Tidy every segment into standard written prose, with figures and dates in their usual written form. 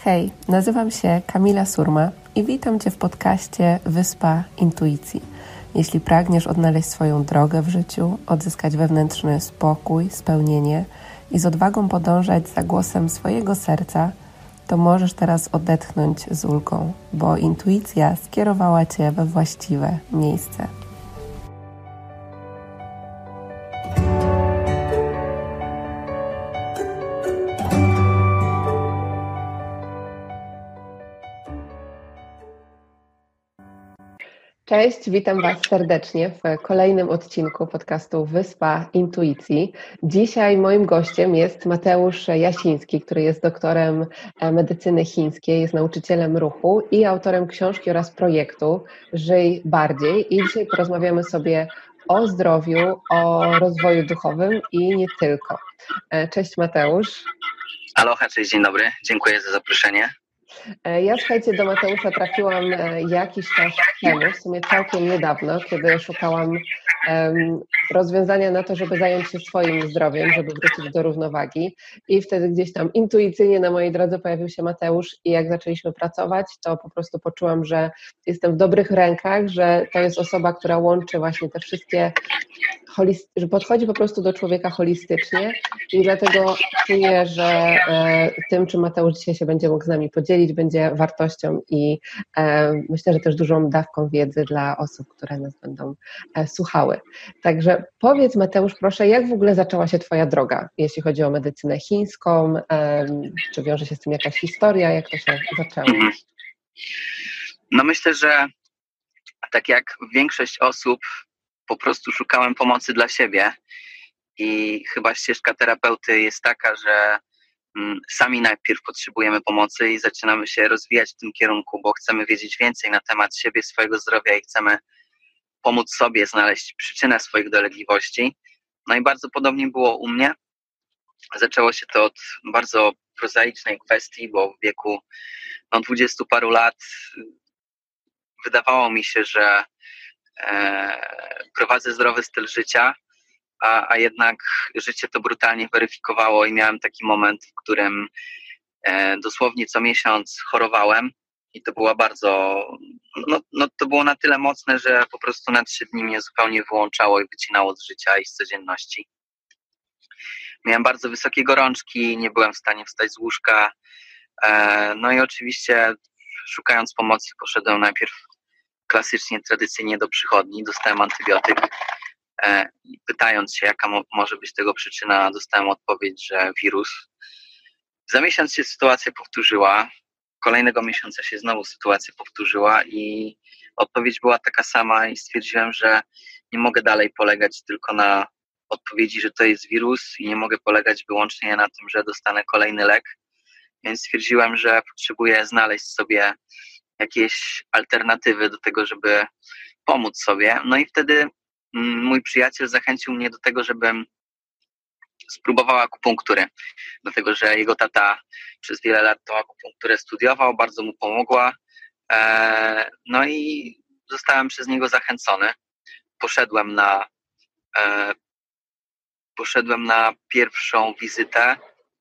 Hej, nazywam się Kamila Surma i witam Cię w podcaście Wyspa Intuicji. Jeśli pragniesz odnaleźć swoją drogę w życiu, odzyskać wewnętrzny spokój, spełnienie i z odwagą podążać za głosem swojego serca, to możesz teraz odetchnąć z ulgą, bo intuicja skierowała Cię we właściwe miejsce. Cześć, witam Was serdecznie w kolejnym odcinku podcastu Wyspa Intuicji. Dzisiaj moim gościem jest Mateusz Jasiński, który jest doktorem medycyny chińskiej, jest nauczycielem ruchu i autorem książki oraz projektu Żyj Bardziej. I dzisiaj porozmawiamy sobie o zdrowiu, o rozwoju duchowym i nie tylko. Cześć Mateusz. Aloha, cześć, dzień dobry. Dziękuję za zaproszenie. Ja, słuchajcie, do Mateusza trafiłam jakiś czas temu, w sumie całkiem niedawno, kiedy szukałam rozwiązania na to, żeby zająć się swoim zdrowiem, żeby wrócić do równowagi. I wtedy gdzieś tam intuicyjnie na mojej drodze pojawił się Mateusz i jak zaczęliśmy pracować, to po prostu poczułam, że jestem w dobrych rękach, że to jest osoba, która łączy właśnie te wszystkie, że podchodzi po prostu do człowieka holistycznie i dlatego czuję, że tym, czym Mateusz dzisiaj się będzie mógł z nami podzielić, będzie wartością i myślę, że też dużą dawką wiedzy dla osób, które nas będą słuchały. Także powiedz, Mateusz, proszę, jak w ogóle zaczęła się Twoja droga, jeśli chodzi o medycynę chińską? Czy wiąże się z tym jakaś historia? Jak to się zaczęło? No myślę, że tak jak większość osób, po prostu szukałem pomocy dla siebie i chyba ścieżka terapeuty jest taka, że sami najpierw potrzebujemy pomocy i zaczynamy się rozwijać w tym kierunku, bo chcemy wiedzieć więcej na temat siebie, swojego zdrowia i chcemy pomóc sobie znaleźć przyczynę swoich dolegliwości. No i bardzo podobnie było u mnie. Zaczęło się to od bardzo prozaicznej kwestii, bo w wieku 20 paru lat wydawało mi się, że prowadzę zdrowy styl życia, a jednak życie to brutalnie weryfikowało i miałem taki moment, w którym dosłownie co miesiąc chorowałem i to była to było na tyle mocne, że po prostu na 3 dni mnie zupełnie wyłączało i wycinało z życia i z codzienności. Miałem bardzo wysokie gorączki, nie byłem w stanie wstać z łóżka, no i oczywiście szukając pomocy poszedłem najpierw klasycznie, tradycyjnie do przychodni, dostałem antybiotyk. Pytając się, jaka może być tego przyczyna, dostałem odpowiedź, że wirus. Za miesiąc się sytuacja powtórzyła, kolejnego miesiąca się znowu sytuacja powtórzyła i odpowiedź była taka sama i stwierdziłem, że nie mogę dalej polegać tylko na odpowiedzi, że to jest wirus i nie mogę polegać wyłącznie na tym, że dostanę kolejny lek, więc stwierdziłem, że potrzebuję znaleźć sobie jakieś alternatywy do tego, żeby pomóc sobie. No i wtedy mój przyjaciel zachęcił mnie do tego, żebym spróbowała akupunktury, dlatego że jego tata przez wiele lat tą akupunkturę studiował, bardzo mu pomogła, no i zostałem przez niego zachęcony. Poszedłem na pierwszą wizytę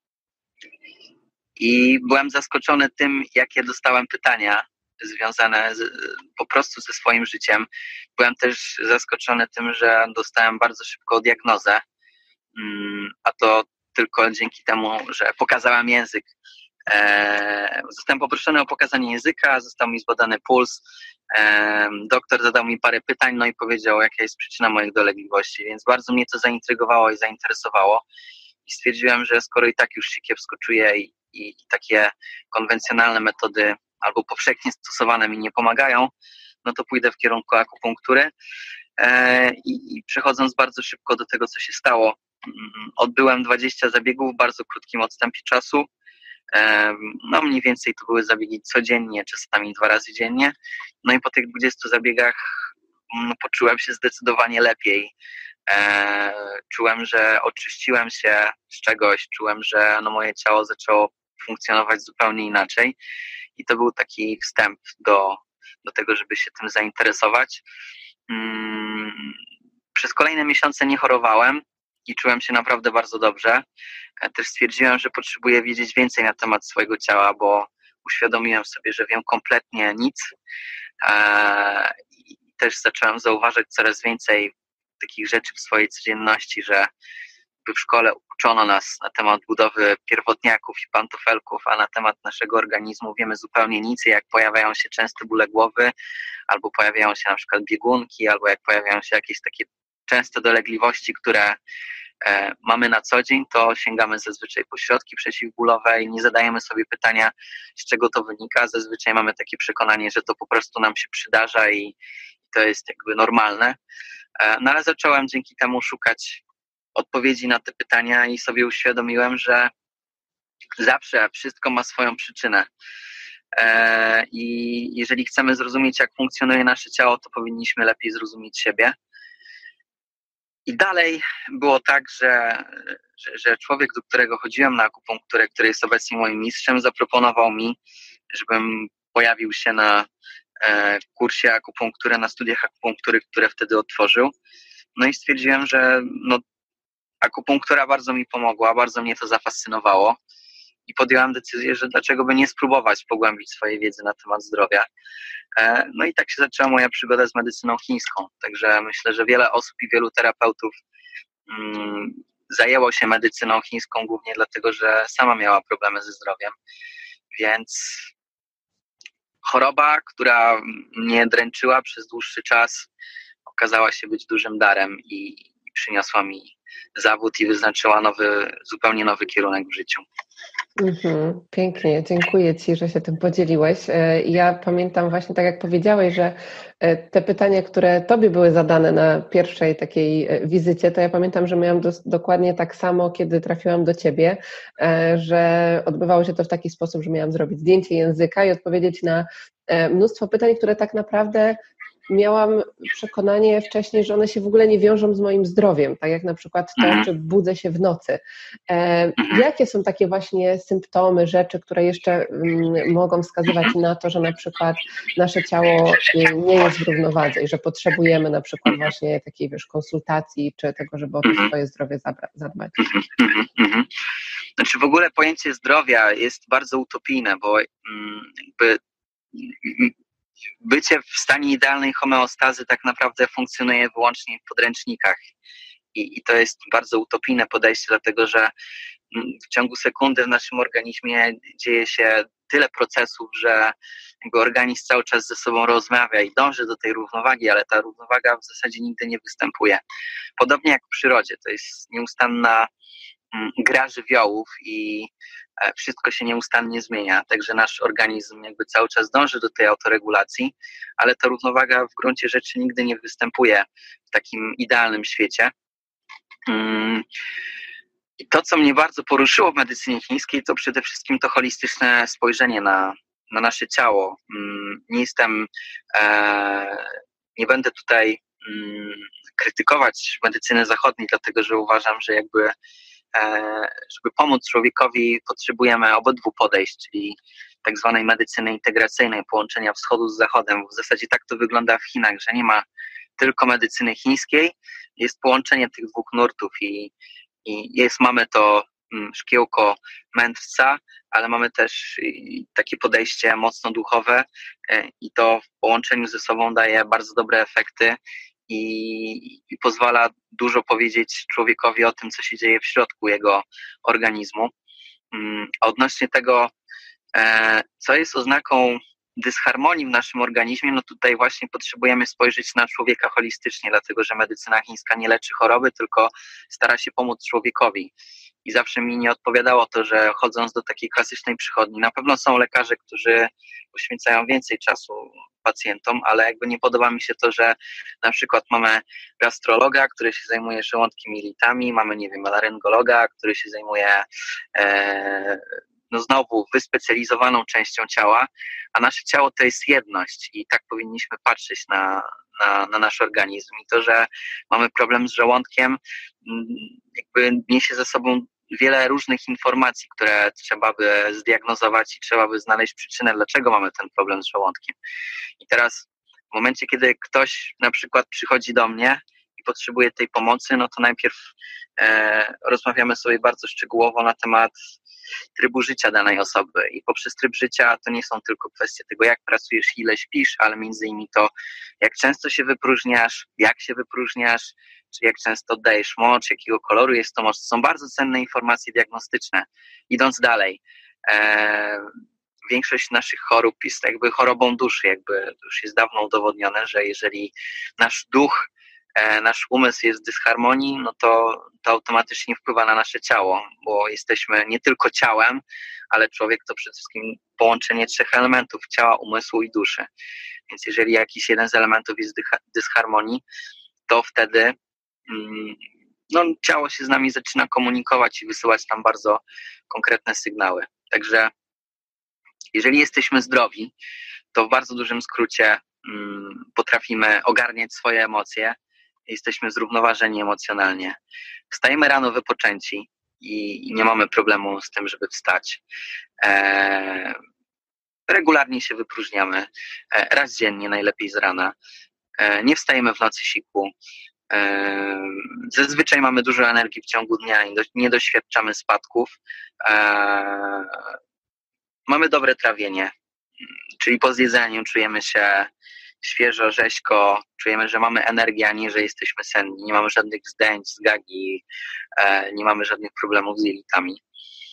i byłem zaskoczony tym, jakie dostałem pytania związane po prostu ze swoim życiem. Byłem też zaskoczony tym, że dostałem bardzo szybko diagnozę, a to tylko dzięki temu, że pokazałem język. Zostałem poproszony o pokazanie języka, został mi zbadany puls, doktor zadał mi parę pytań, no i powiedział, jaka jest przyczyna moich dolegliwości, więc bardzo mnie to zaintrygowało i zainteresowało i stwierdziłem, że skoro i tak już się kiepsko czuję i takie konwencjonalne metody albo powszechnie stosowane mi nie pomagają, no to pójdę w kierunku akupunktury i przechodząc bardzo szybko do tego, co się stało, odbyłem 20 zabiegów w bardzo krótkim odstępie czasu. No mniej więcej to były zabiegi codziennie, czasami 2 razy dziennie. No i po tych 20 zabiegach poczułem się zdecydowanie lepiej. Czułem, że oczyściłem się z czegoś, czułem, że moje ciało zaczęło funkcjonować zupełnie inaczej i to był taki wstęp do tego, żeby się tym zainteresować. Przez kolejne miesiące nie chorowałem i czułem się naprawdę bardzo dobrze. Też stwierdziłem, że potrzebuję wiedzieć więcej na temat swojego ciała, bo uświadomiłem sobie, że wiem kompletnie nic. I też zacząłem zauważać coraz więcej takich rzeczy w swojej codzienności, że w szkole uczono nas na temat budowy pierwotniaków i pantofelków, a na temat naszego organizmu wiemy zupełnie nic. Jak pojawiają się częste bóle głowy, albo pojawiają się na przykład biegunki, albo jak pojawiają się jakieś takie częste dolegliwości, które mamy na co dzień, to sięgamy zazwyczaj po środki przeciwbólowe i nie zadajemy sobie pytania, z czego to wynika. Zazwyczaj mamy takie przekonanie, że to po prostu nam się przydarza i to jest jakby normalne. No ale zacząłem dzięki temu szukać odpowiedzi na te pytania i sobie uświadomiłem, że zawsze wszystko ma swoją przyczynę. I jeżeli chcemy zrozumieć, jak funkcjonuje nasze ciało, to powinniśmy lepiej zrozumieć siebie. I dalej było tak, że człowiek, do którego chodziłem na akupunkturę, który jest obecnie moim mistrzem, zaproponował mi, żebym pojawił się na kursie akupunktury, na studiach akupunktury, które wtedy otworzył. No i stwierdziłem, że akupunktura bardzo mi pomogła, bardzo mnie to zafascynowało i podjąłem decyzję, że dlaczego by nie spróbować pogłębić swojej wiedzy na temat zdrowia. No i tak się zaczęła moja przygoda z medycyną chińską. Także myślę, że wiele osób i wielu terapeutów zajęło się medycyną chińską głównie dlatego, że sama miała problemy ze zdrowiem. Więc choroba, która mnie dręczyła przez dłuższy czas, okazała się być dużym darem i przyniosła mi zawód i wyznaczyła zupełnie nowy kierunek w życiu. Pięknie, dziękuję Ci, że się tym podzieliłeś. Ja pamiętam właśnie, tak jak powiedziałeś, że te pytania, które Tobie były zadane na pierwszej takiej wizycie, to ja pamiętam, że miałam dokładnie tak samo, kiedy trafiłam do Ciebie, że odbywało się to w taki sposób, że miałam zrobić zdjęcie języka i odpowiedzieć na mnóstwo pytań, które tak naprawdę miałam przekonanie wcześniej, że one się w ogóle nie wiążą z moim zdrowiem, tak jak na przykład to, czy budzę się w nocy. Jakie są takie właśnie symptomy, rzeczy, które jeszcze mogą wskazywać na to, że na przykład nasze ciało nie jest w równowadze i że potrzebujemy na przykład właśnie takiej, konsultacji, czy tego, żeby o to swoje zdrowie zadbać? Znaczy w ogóle pojęcie zdrowia jest bardzo utopijne, bo jakby bycie w stanie idealnej homeostazy tak naprawdę funkcjonuje wyłącznie w podręcznikach i to jest bardzo utopijne podejście, dlatego że w ciągu sekundy w naszym organizmie dzieje się tyle procesów, że jakby organizm cały czas ze sobą rozmawia i dąży do tej równowagi, ale ta równowaga w zasadzie nigdy nie występuje. Podobnie jak w przyrodzie, to jest nieustanna gra żywiołów i wszystko się nieustannie zmienia, także nasz organizm jakby cały czas dąży do tej autoregulacji, ale ta równowaga w gruncie rzeczy nigdy nie występuje w takim idealnym świecie. I to, co mnie bardzo poruszyło w medycynie chińskiej, to przede wszystkim to holistyczne spojrzenie na nasze ciało. Nie będę tutaj krytykować medycyny zachodniej, dlatego że uważam, że żeby pomóc człowiekowi, potrzebujemy obydwu podejść, czyli tak zwanej medycyny integracyjnej, połączenia wschodu z zachodem. W zasadzie tak to wygląda w Chinach, że nie ma tylko medycyny chińskiej, jest połączenie tych dwóch nurtów i mamy to szkiełko mędrca, ale mamy też takie podejście mocno duchowe i to w połączeniu ze sobą daje bardzo dobre efekty i pozwala dużo powiedzieć człowiekowi o tym, co się dzieje w środku jego organizmu. A odnośnie tego, co jest oznaką dysharmonii w naszym organizmie, no tutaj właśnie potrzebujemy spojrzeć na człowieka holistycznie, dlatego że medycyna chińska nie leczy choroby, tylko stara się pomóc człowiekowi. I zawsze mi nie odpowiadało to, że chodząc do takiej klasycznej przychodni, na pewno są lekarze, którzy poświęcają więcej czasu pacjentom, ale jakby nie podoba mi się to, że na przykład mamy gastrologa, który się zajmuje żołądkiem i jelitami, mamy, nie wiem, laryngologa, który się zajmuje znowu wyspecjalizowaną częścią ciała, a nasze ciało to jest jedność i tak powinniśmy patrzeć na nasz organizm. I to, że mamy problem z żołądkiem, jakby niesie ze sobą wiele różnych informacji, które trzeba by zdiagnozować i trzeba by znaleźć przyczynę, dlaczego mamy ten problem z żołądkiem. I teraz w momencie, kiedy ktoś na przykład przychodzi do mnie i potrzebuje tej pomocy, no to najpierw rozmawiamy sobie bardzo szczegółowo na temat trybu życia danej osoby i poprzez tryb życia to nie są tylko kwestie tego, jak pracujesz, ile śpisz, ale między innymi to, jak często się wypróżniasz, jak się wypróżniasz, czy jak często oddajesz mocz, jakiego koloru jest to mocz. To są bardzo cenne informacje diagnostyczne. Idąc dalej, większość naszych chorób jest jakby chorobą duszy, jakby to już jest dawno udowodnione, że jeżeli nasz duch, nasz umysł jest w dysharmonii, no to automatycznie wpływa na nasze ciało, bo jesteśmy nie tylko ciałem, ale człowiek to przede wszystkim połączenie 3 elementów: ciała, umysłu i duszy. Więc jeżeli jakiś jeden z elementów jest w dysharmonii, to wtedy ciało się z nami zaczyna komunikować i wysyłać nam bardzo konkretne sygnały. Także jeżeli jesteśmy zdrowi, to w bardzo dużym skrócie potrafimy ogarniać swoje emocje, jesteśmy zrównoważeni emocjonalnie. Wstajemy rano wypoczęci i nie mamy problemu z tym, żeby wstać. Regularnie się wypróżniamy, raz dziennie, najlepiej z rana. Nie wstajemy w nocy siku. Zazwyczaj mamy dużo energii w ciągu dnia i nie doświadczamy spadków. Mamy dobre trawienie, czyli po zjedzeniu czujemy się świeżo, rzeźko, czujemy, że mamy energię, a nie, że jesteśmy senni. Nie mamy żadnych zdęć, zgagi, nie mamy żadnych problemów z jelitami.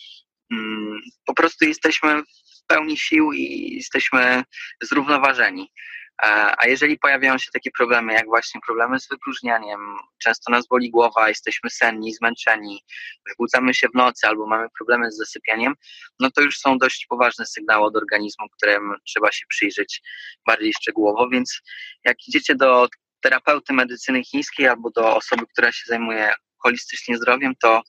Po prostu jesteśmy w pełni sił i jesteśmy zrównoważeni. A jeżeli pojawiają się takie problemy, jak właśnie problemy z wypróżnianiem, często nas boli głowa, jesteśmy senni, zmęczeni, wybudzamy się w nocy albo mamy problemy z zasypianiem, no to już są dość poważne sygnały od organizmu, którym trzeba się przyjrzeć bardziej szczegółowo, więc jak idziecie do terapeuty medycyny chińskiej albo do osoby, która się zajmuje holistycznie zdrowiem, to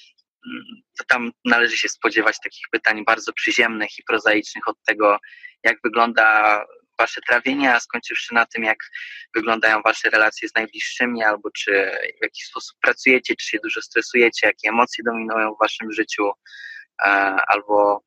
tam należy się spodziewać takich pytań bardzo przyziemnych i prozaicznych od tego, jak wygląda wasze trawienie, a skończywszy na tym, jak wyglądają wasze relacje z najbliższymi, albo czy w jakiś sposób pracujecie, czy się dużo stresujecie, jakie emocje dominują w waszym życiu, albo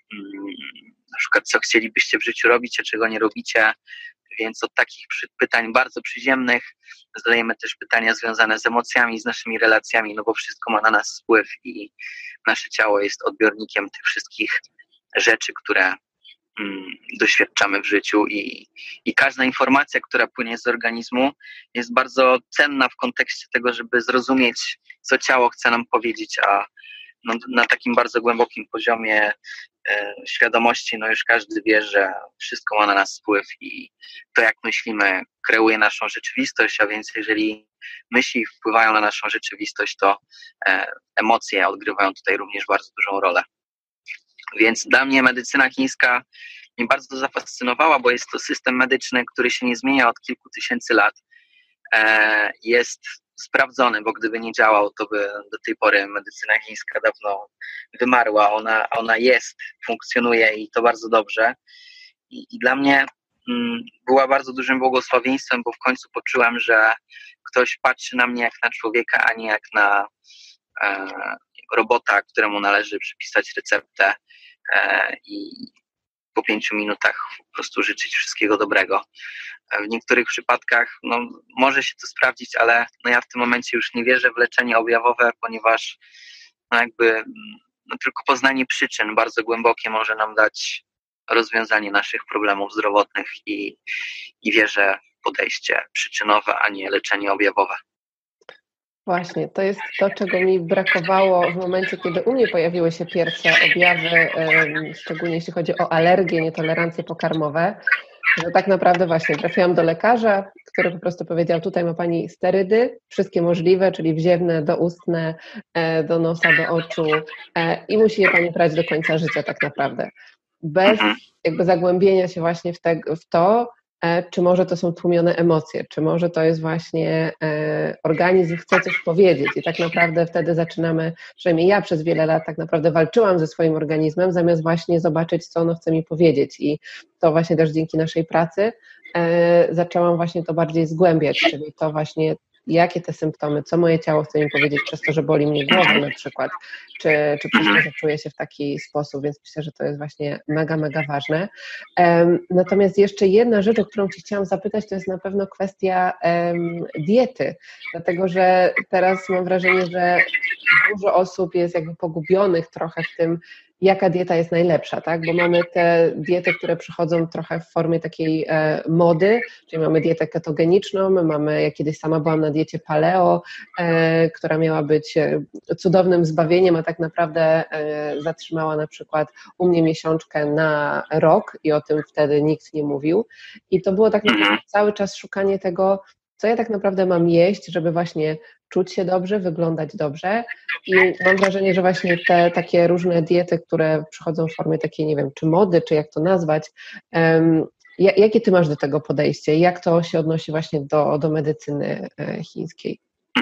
na przykład co chcielibyście w życiu robić, a czego nie robicie. Więc od takich pytań bardzo przyziemnych zadajemy też pytania związane z emocjami, z naszymi relacjami, no bo wszystko ma na nas wpływ i nasze ciało jest odbiornikiem tych wszystkich rzeczy, które doświadczamy w życiu i każda informacja, która płynie z organizmu, jest bardzo cenna w kontekście tego, żeby zrozumieć, co ciało chce nam powiedzieć, a na takim bardzo głębokim poziomie świadomości, już każdy wie, że wszystko ma na nas wpływ i to, jak myślimy, kreuje naszą rzeczywistość, a więc jeżeli myśli wpływają na naszą rzeczywistość, to emocje odgrywają tutaj również bardzo dużą rolę. Więc dla mnie medycyna chińska mnie bardzo zafascynowała, bo jest to system medyczny, który się nie zmienia od kilku tysięcy lat. Jest sprawdzony, bo gdyby nie działał, to by do tej pory medycyna chińska dawno wymarła. Ona jest, funkcjonuje i to bardzo dobrze. I dla mnie była bardzo dużym błogosławieństwem, bo w końcu poczułem, że ktoś patrzy na mnie jak na człowieka, a nie jak na robota, któremu należy przypisać receptę i po 5 minutach po prostu życzyć wszystkiego dobrego. W niektórych przypadkach może się to sprawdzić, ale ja w tym momencie już nie wierzę w leczenie objawowe, ponieważ tylko poznanie przyczyn bardzo głębokie może nam dać rozwiązanie naszych problemów zdrowotnych i wierzę w podejście przyczynowe, a nie leczenie objawowe. Właśnie, to jest to, czego mi brakowało w momencie, kiedy u mnie pojawiły się pierwsze objawy, szczególnie jeśli chodzi o alergie, nietolerancje pokarmowe, że tak naprawdę właśnie trafiłam do lekarza, który po prostu powiedział: tutaj ma Pani sterydy, wszystkie możliwe, czyli wziewne, doustne, do nosa, do oczu i musi je Pani brać do końca życia tak naprawdę. Bez jakby zagłębienia się właśnie w to, czy może to są tłumione emocje, czy może to jest właśnie organizm chce coś powiedzieć i tak naprawdę wtedy zaczynamy, przynajmniej ja przez wiele lat tak naprawdę walczyłam ze swoim organizmem, zamiast właśnie zobaczyć, co ono chce mi powiedzieć i to właśnie też dzięki naszej pracy zaczęłam właśnie to bardziej zgłębiać, czyli to właśnie jakie te symptomy, co moje ciało chce mi powiedzieć przez to, że boli mnie głowa na przykład, czy przez to, że czuję się w taki sposób, więc myślę, że to jest właśnie mega, mega ważne. Natomiast jeszcze jedna rzecz, o którą Ci chciałam zapytać, to jest na pewno kwestia diety, dlatego że teraz mam wrażenie, że dużo osób jest jakby pogubionych trochę w tym, jaka dieta jest najlepsza, tak? Bo mamy te diety, które przychodzą trochę w formie takiej mody, czyli mamy dietę ketogeniczną, ja kiedyś sama byłam na diecie paleo, która miała być cudownym zbawieniem, a tak naprawdę zatrzymała na przykład u mnie miesiączkę na rok i o tym wtedy nikt nie mówił. I to było tak naprawdę cały czas szukanie tego, co ja tak naprawdę mam jeść, żeby właśnie czuć się dobrze, wyglądać dobrze. I mam wrażenie, że właśnie te takie różne diety, które przychodzą w formie takiej, nie wiem, czy mody, czy jak to nazwać, jakie ty masz do tego podejście? Jak to się odnosi właśnie do medycyny chińskiej?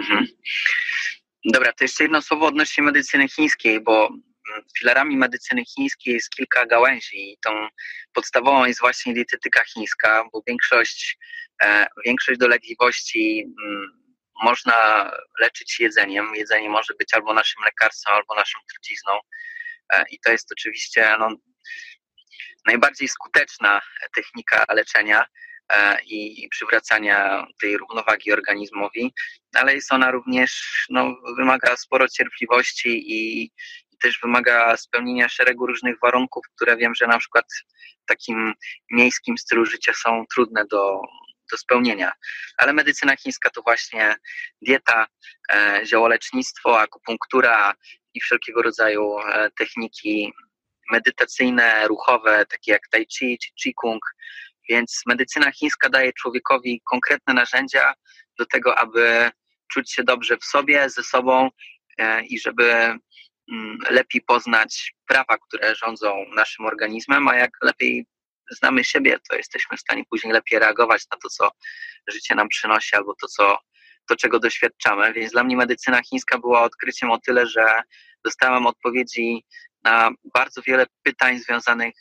Dobra, to jeszcze jedno słowo odnośnie medycyny chińskiej, bo filarami medycyny chińskiej jest kilka gałęzi i tą podstawową jest właśnie dietetyka chińska, bo większość dolegliwości można leczyć jedzeniem. Jedzenie może być albo naszym lekarstwem, albo naszą trucizną i to jest oczywiście najbardziej skuteczna technika leczenia i przywracania tej równowagi organizmowi, ale jest ona również, wymaga sporo cierpliwości i też wymaga spełnienia szeregu różnych warunków, które wiem, że na przykład w takim miejskim stylu życia są trudne do spełnienia. Ale medycyna chińska to właśnie dieta, ziołolecznictwo, akupunktura i wszelkiego rodzaju techniki medytacyjne, ruchowe, takie jak tai chi czy qigong. Więc medycyna chińska daje człowiekowi konkretne narzędzia do tego, aby czuć się dobrze w sobie, ze sobą i żeby lepiej poznać prawa, które rządzą naszym organizmem, a jak lepiej znamy siebie, to jesteśmy w stanie później lepiej reagować na to, co życie nam przynosi, albo to czego doświadczamy. Więc dla mnie medycyna chińska była odkryciem o tyle, że dostałem odpowiedzi na bardzo wiele pytań związanych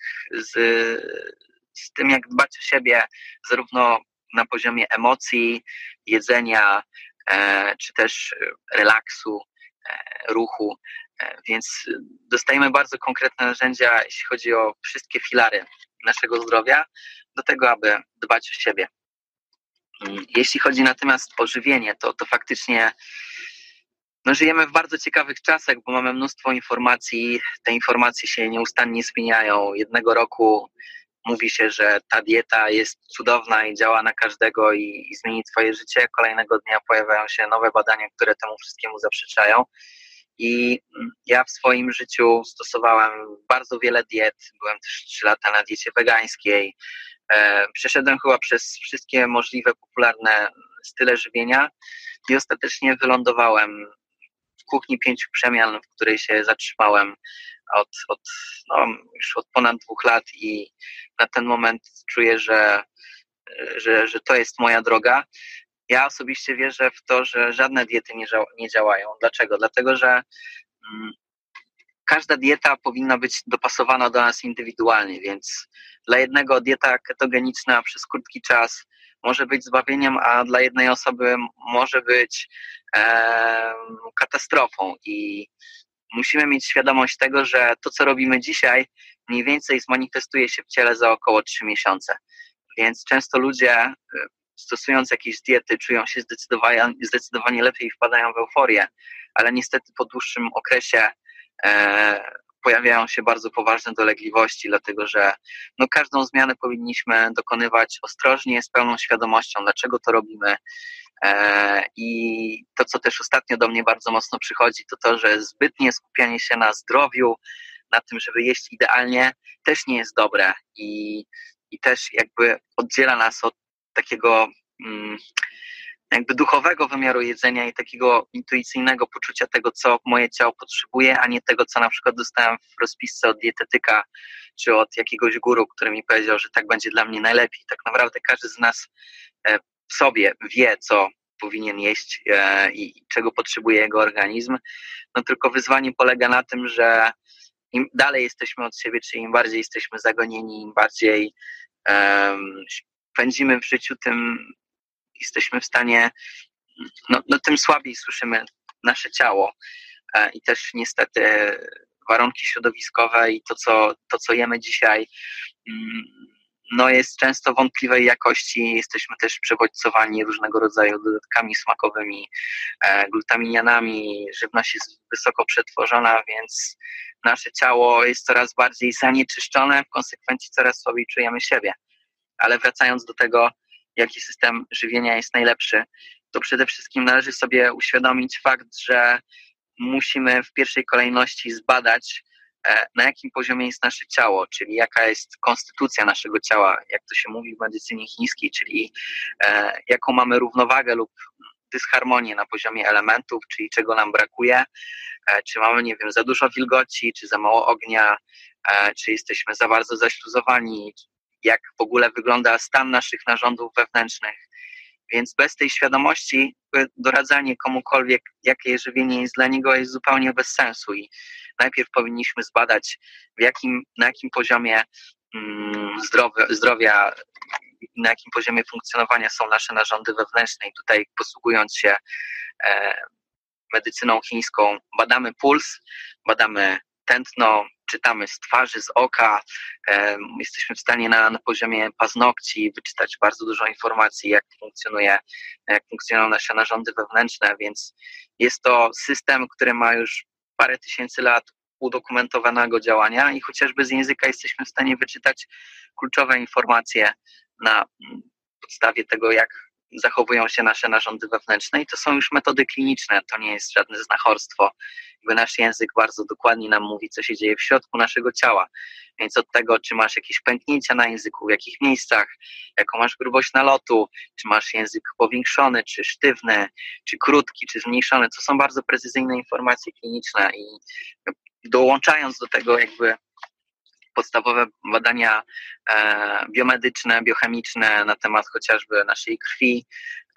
z tym, jak dbać o siebie, zarówno na poziomie emocji, jedzenia, czy też relaksu, ruchu. Więc dostajemy bardzo konkretne narzędzia, jeśli chodzi o wszystkie filary naszego zdrowia, do tego, aby dbać o siebie. Jeśli chodzi natomiast o żywienie, to faktycznie żyjemy w bardzo ciekawych czasach, bo mamy mnóstwo informacji, te informacje się nieustannie zmieniają. Jednego roku mówi się, że ta dieta jest cudowna i działa na każdego i zmieni twoje życie. Kolejnego dnia pojawiają się nowe badania, które temu wszystkiemu zaprzeczają. I ja w swoim życiu stosowałem bardzo wiele diet. Byłem też 3 lata na diecie wegańskiej. Przeszedłem chyba przez wszystkie możliwe popularne style żywienia i ostatecznie wylądowałem w kuchni 5 przemian, w której się zatrzymałem już od ponad 2 lat i na ten moment czuję, że to jest moja droga. Ja osobiście wierzę w to, że żadne diety nie działają. Dlaczego? Dlatego, że każda dieta powinna być dopasowana do nas indywidualnie, więc dla jednego dieta ketogeniczna przez krótki czas może być zbawieniem, a dla jednej osoby może być katastrofą i musimy mieć świadomość tego, że to, co robimy dzisiaj, mniej więcej zmanifestuje się w ciele za około 3 miesiące. Więc często ludzie, stosując jakieś diety, czują się zdecydowanie lepiej i wpadają w euforię, ale niestety po dłuższym okresie pojawiają się bardzo poważne dolegliwości, dlatego że każdą zmianę powinniśmy dokonywać ostrożnie, z pełną świadomością, dlaczego to robimy. I to, co też ostatnio do mnie bardzo mocno przychodzi, to, że zbytnie skupianie się na zdrowiu, na tym, żeby jeść idealnie, też nie jest dobre i też jakby oddziela nas od takiego jakby duchowego wymiaru jedzenia i takiego intuicyjnego poczucia tego, co moje ciało potrzebuje, a nie tego, co na przykład dostałem w rozpisce od dietetyka czy od jakiegoś guru, który mi powiedział, że tak będzie dla mnie najlepiej. Tak naprawdę każdy z nas w sobie wie, co powinien jeść i czego potrzebuje jego organizm. Tylko wyzwanie polega na tym, że im dalej jesteśmy od siebie, czyli im bardziej jesteśmy zagonieni, im bardziej pędzimy w życiu, tym jesteśmy w stanie, tym słabiej słyszymy nasze ciało i też niestety warunki środowiskowe i to, co jemy dzisiaj, no jest często wątpliwej jakości. Jesteśmy też przebodźcowani różnego rodzaju dodatkami smakowymi, glutaminianami. Żywność jest wysoko przetworzona, więc nasze ciało jest coraz bardziej zanieczyszczone, w konsekwencji coraz słabiej czujemy siebie. Ale wracając do tego, jaki system żywienia jest najlepszy, to przede wszystkim należy sobie uświadomić fakt, że musimy w pierwszej kolejności zbadać, na jakim poziomie jest nasze ciało, czyli jaka jest konstytucja naszego ciała, jak to się mówi w medycynie chińskiej, czyli jaką mamy równowagę lub dysharmonię na poziomie elementów, czyli czego nam brakuje, czy mamy, nie wiem, za dużo wilgoci, czy za mało ognia, czy jesteśmy za bardzo zaśluzowani, jak w ogóle wygląda stan naszych narządów wewnętrznych. Więc bez tej świadomości doradzanie komukolwiek, jakie żywienie jest dla niego, jest zupełnie bez sensu i najpierw powinniśmy zbadać, na jakim poziomie zdrowia, na jakim poziomie funkcjonowania są nasze narządy wewnętrzne i tutaj posługując się medycyną chińską badamy puls, badamy tętno, czytamy z twarzy, z oka, jesteśmy w stanie na poziomie paznokci wyczytać bardzo dużo informacji, jak funkcjonują nasze narządy wewnętrzne, więc jest to system, który ma już parę tysięcy lat udokumentowanego działania i chociażby z języka jesteśmy w stanie wyczytać kluczowe informacje na podstawie tego, jak zachowują się nasze narządy wewnętrzne i to są już metody kliniczne, to nie jest żadne znachorstwo. Jakby nasz język bardzo dokładnie nam mówi, co się dzieje w środku naszego ciała, więc od tego, czy masz jakieś pęknięcia na języku, w jakich miejscach, jaką masz grubość nalotu, czy masz język powiększony, czy sztywny, czy krótki, czy zmniejszony, to są bardzo precyzyjne informacje kliniczne i dołączając do tego jakby podstawowe badania biomedyczne, biochemiczne na temat chociażby naszej krwi.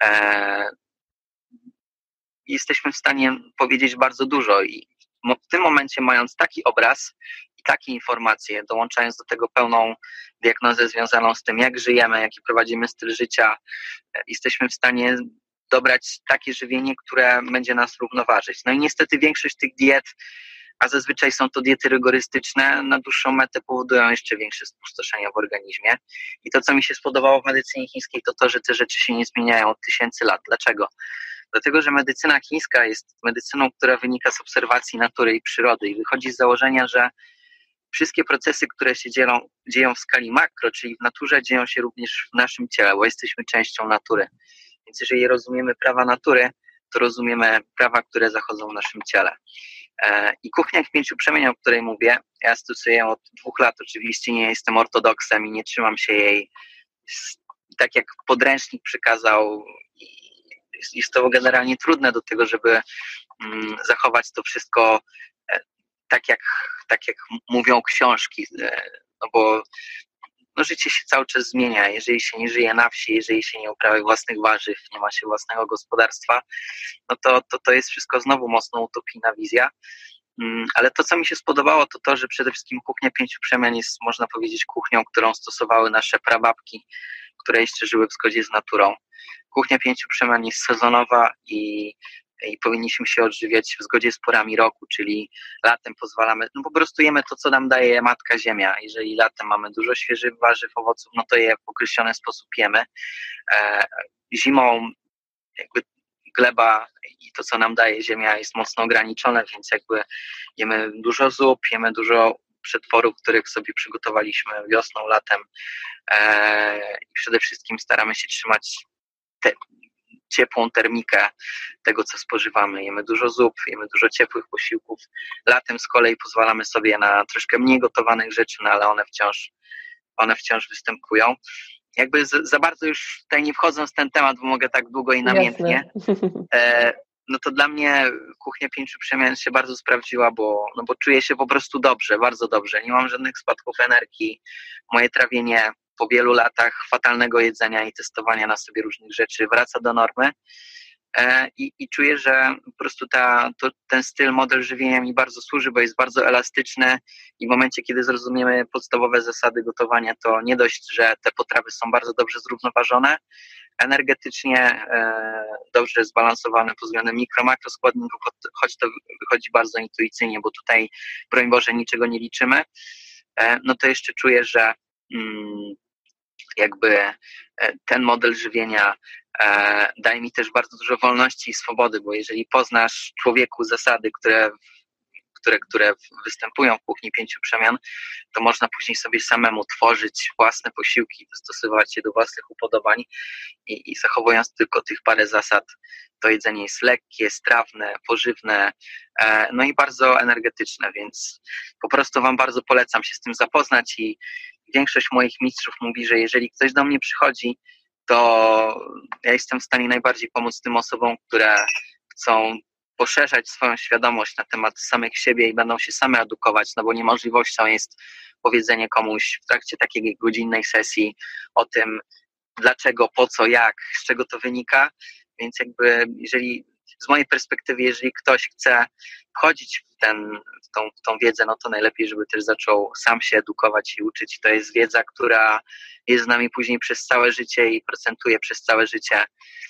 Jesteśmy w stanie powiedzieć bardzo dużo i w tym momencie mając taki obraz i takie informacje, dołączając do tego pełną diagnozę związaną z tym, jak żyjemy, jaki prowadzimy styl życia, jesteśmy w stanie dobrać takie żywienie, które będzie nas równoważyć. No i niestety większość tych diet, a zazwyczaj są to diety rygorystyczne, na dłuższą metę powodują jeszcze większe spustoszenia w organizmie. I to, co mi się spodobało w medycynie chińskiej, to to, że te rzeczy się nie zmieniają od tysięcy lat. Dlaczego? Dlatego, że medycyna chińska jest medycyną, która wynika z obserwacji natury i przyrody i wychodzi z założenia, że wszystkie procesy, które się dzieją w skali makro, czyli w naturze, dzieją się również w naszym ciele, bo jesteśmy częścią natury. Więc jeżeli rozumiemy prawa natury, to rozumiemy prawa, które zachodzą w naszym ciele. I kuchnia w 5 przemian, o której mówię, ja stosuję ją od 2 lat. Oczywiście nie jestem ortodoksem i nie trzymam się jej tak, jak podręcznik przykazał. Jest to generalnie trudne do tego, żeby zachować to wszystko tak jak mówią książki, no bo życie się cały czas zmienia. Jeżeli się nie żyje na wsi, jeżeli się nie uprawia własnych warzyw, nie ma się własnego gospodarstwa, no to jest wszystko znowu mocno utopijna wizja. Ale to, co mi się spodobało, to to, że przede wszystkim kuchnia 5 przemian jest, można powiedzieć, kuchnią, którą stosowały nasze prababki, które jeszcze żyły w zgodzie z naturą. Kuchnia 5 przemian jest sezonowa i powinniśmy się odżywiać w zgodzie z porami roku, czyli latem pozwalamy, no po prostu jemy to, co nam daje Matka Ziemia. Jeżeli latem mamy dużo świeżych warzyw, owoców, no to je w określony sposób jemy. Zimą jakby gleba i to, co nam daje Ziemia, jest mocno ograniczone, więc jakby jemy dużo zup, jemy dużo przetworów, których sobie przygotowaliśmy wiosną, latem i przede wszystkim staramy się trzymać ciepłą termikę tego, co spożywamy. Jemy dużo zup, jemy dużo ciepłych posiłków. Latem z kolei pozwalamy sobie na troszkę mniej gotowanych rzeczy, no ale one wciąż występują. Jakby za bardzo już tutaj nie wchodząc w ten temat, bo mogę tak długo i namiętnie, no to dla mnie kuchnia 5 przemian się bardzo sprawdziła, bo czuję się po prostu dobrze, bardzo dobrze. Nie mam żadnych spadków energii. Moje trawienie po wielu latach fatalnego jedzenia i testowania na sobie różnych rzeczy wraca do normy i czuję, że po prostu ten styl, model żywienia mi bardzo służy, bo jest bardzo elastyczny i w momencie, kiedy zrozumiemy podstawowe zasady gotowania, to nie dość, że te potrawy są bardzo dobrze zrównoważone, energetycznie dobrze zbalansowane pod względem mikro-makroskładników, choć to wychodzi bardzo intuicyjnie, bo tutaj, broń Boże, niczego nie liczymy, no to jeszcze czuję, że jakby ten model żywienia daje mi też bardzo dużo wolności i swobody, bo jeżeli poznasz człowieku zasady, które występują w kuchni 5 przemian, to można później sobie samemu tworzyć własne posiłki, dostosowywać je do własnych upodobań i zachowując tylko tych parę zasad, to jedzenie jest lekkie, strawne, pożywne, no i bardzo energetyczne, więc po prostu Wam bardzo polecam się z tym zapoznać i większość moich mistrzów mówi, że jeżeli ktoś do mnie przychodzi, to ja jestem w stanie najbardziej pomóc tym osobom, które chcą poszerzać swoją świadomość na temat samych siebie i będą się same edukować, no bo niemożliwością jest powiedzenie komuś w trakcie takiej godzinnej sesji o tym, dlaczego, po co, jak, z czego to wynika, więc jakby z mojej perspektywy, jeżeli ktoś chce wchodzić w tą wiedzę, no to najlepiej, żeby też zaczął sam się edukować i uczyć. To jest wiedza, która jest z nami później przez całe życie i procentuje przez całe życie.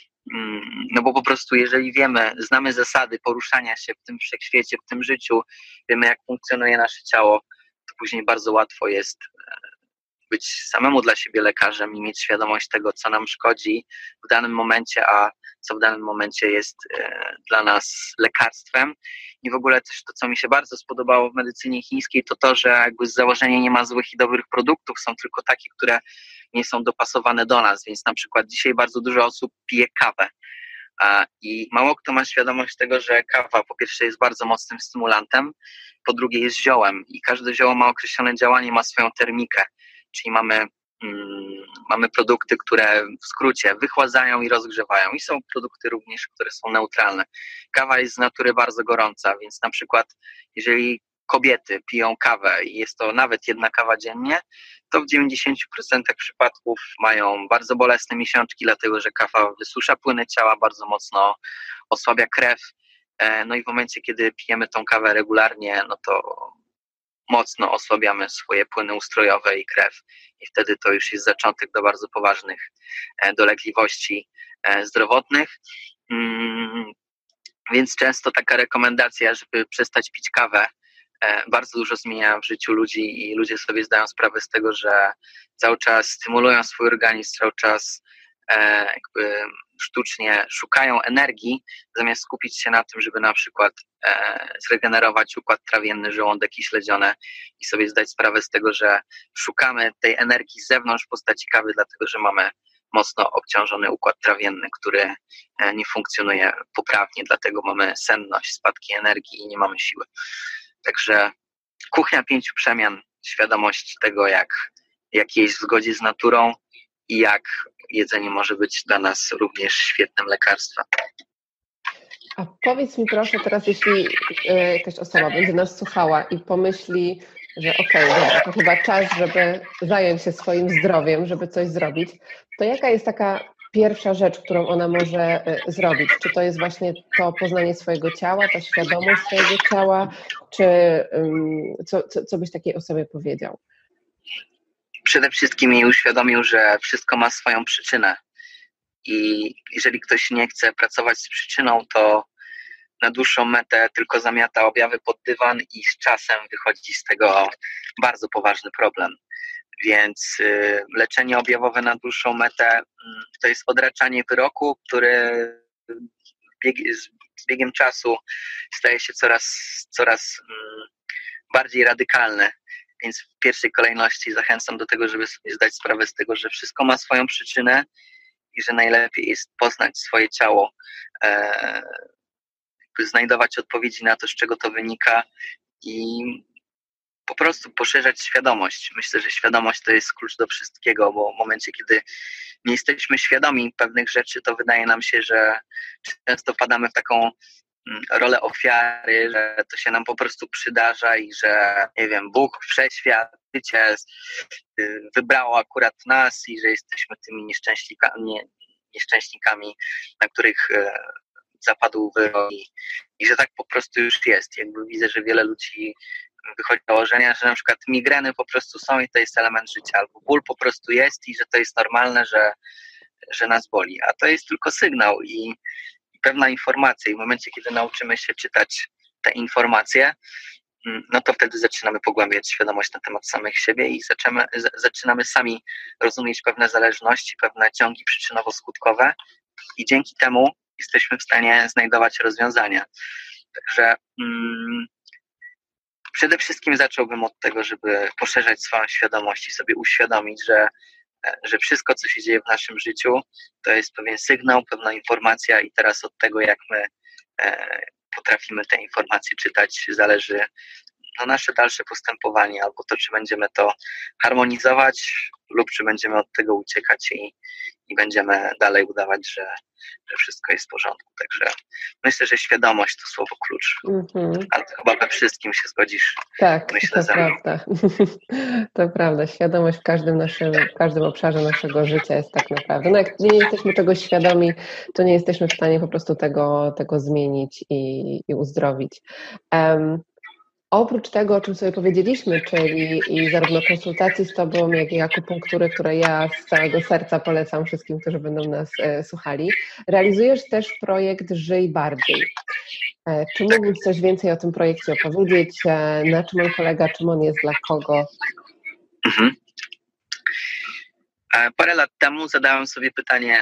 No bo po prostu jeżeli znamy zasady poruszania się w tym wszechświecie, w tym życiu, wiemy jak funkcjonuje nasze ciało, to później bardzo łatwo jest być samemu dla siebie lekarzem i mieć świadomość tego, co nam szkodzi w danym momencie, a co w danym momencie jest dla nas lekarstwem. I w ogóle też to, co mi się bardzo spodobało w medycynie chińskiej, to, że jakby z założenia nie ma złych i dobrych produktów, są tylko takie, które nie są dopasowane do nas, więc na przykład dzisiaj bardzo dużo osób pije kawę i mało kto ma świadomość tego, że kawa po pierwsze jest bardzo mocnym stymulantem, po drugie jest ziołem i każde zioło ma określone działanie, ma swoją termikę, czyli mamy produkty, które w skrócie wychładzają i rozgrzewają i są produkty również, które są neutralne. Kawa jest z natury bardzo gorąca, więc na przykład jeżeli kobiety piją kawę i jest to nawet 1 kawa dziennie, to w 90% przypadków mają bardzo bolesne miesiączki, dlatego że kawa wysusza płyny ciała, bardzo mocno osłabia krew. No i w momencie, kiedy pijemy tą kawę regularnie, no to mocno osłabiamy swoje płyny ustrojowe i krew i wtedy to już jest zaczątek do bardzo poważnych dolegliwości zdrowotnych. Więc często taka rekomendacja, żeby przestać pić kawę, bardzo dużo zmienia w życiu ludzi i ludzie sobie zdają sprawę z tego, że cały czas stymulują swój organizm, cały czas jakby sztucznie szukają energii, zamiast skupić się na tym, żeby na przykład zregenerować układ trawienny, żołądek i śledzione i sobie zdać sprawę z tego, że szukamy tej energii z zewnątrz w postaci kawy, dlatego że mamy mocno obciążony układ trawienny, który nie funkcjonuje poprawnie, dlatego mamy senność, spadki energii i nie mamy siły. Także kuchnia 5 przemian, świadomość tego, jak jeść w zgodzie z naturą i jak jedzenie może być dla nas również świetnym lekarstwem. A powiedz mi proszę teraz, jeśli jakaś osoba będzie nas słuchała i pomyśli, że dobra, to chyba czas, żeby zająć się swoim zdrowiem, żeby coś zrobić, to jaka jest taka pierwsza rzecz, którą ona może zrobić? Czy to jest właśnie to poznanie swojego ciała, ta świadomość swojego ciała, czy co byś takiej osobie powiedział? Przede wszystkim jej uświadomił, że wszystko ma swoją przyczynę i jeżeli ktoś nie chce pracować z przyczyną, to na dłuższą metę tylko zamiata objawy pod dywan i z czasem wychodzi z tego bardzo poważny problem. Więc leczenie objawowe na dłuższą metę to jest odraczanie wyroku, który z biegiem czasu staje się coraz bardziej radykalny. Więc w pierwszej kolejności zachęcam do tego, żeby sobie zdać sprawę z tego, że wszystko ma swoją przyczynę i że najlepiej jest poznać swoje ciało, znajdować odpowiedzi na to, z czego to wynika i po prostu poszerzać świadomość. Myślę, że świadomość to jest klucz do wszystkiego, bo w momencie, kiedy nie jesteśmy świadomi pewnych rzeczy, to wydaje nam się, że często wpadamy w taką rolę ofiary, że to się nam po prostu przydarza i że, nie wiem, Bóg, wszechświat, życie wybrało akurat nas i że jesteśmy tymi nieszczęśnikami, na których zapadł wyrok i że tak po prostu już jest. Jakby widzę, że wiele ludzi wychodzi do założenia, że na przykład migreny po prostu są i to jest element życia, albo ból po prostu jest i że to jest normalne, że nas boli, a to jest tylko sygnał i pewna informacja i w momencie, kiedy nauczymy się czytać te informacje, no to wtedy zaczynamy pogłębiać świadomość na temat samych siebie i zaczynamy sami rozumieć pewne zależności, pewne ciągi przyczynowo-skutkowe i dzięki temu jesteśmy w stanie znajdować rozwiązania. Także przede wszystkim zacząłbym od tego, żeby poszerzać swoją świadomość i sobie uświadomić, że wszystko, co się dzieje w naszym życiu, to jest pewien sygnał, pewna informacja i teraz od tego, jak my potrafimy te informacje czytać, zależy nasze dalsze postępowanie, albo to, czy będziemy to harmonizować, lub czy będziemy od tego uciekać i będziemy dalej udawać, że wszystko jest w porządku. Także myślę, że świadomość to słowo klucz. Ale to chyba we wszystkim się zgodzisz. Tak, myślę, to prawda. To prawda. Świadomość w każdym obszarze naszego życia jest tak naprawdę. No jak nie jesteśmy czegoś świadomi, to nie jesteśmy w stanie po prostu tego zmienić i uzdrowić. Oprócz tego, o czym sobie powiedzieliśmy, czyli i zarówno konsultacji z Tobą, jak i akupunktury, które ja z całego serca polecam wszystkim, którzy będą nas słuchali, realizujesz też projekt Żyj Bardziej. Czy mógłbyś coś więcej o tym projekcie opowiedzieć? Na czym on polega? Czym on jest? Dla kogo? Parę lat temu zadałem sobie pytanie,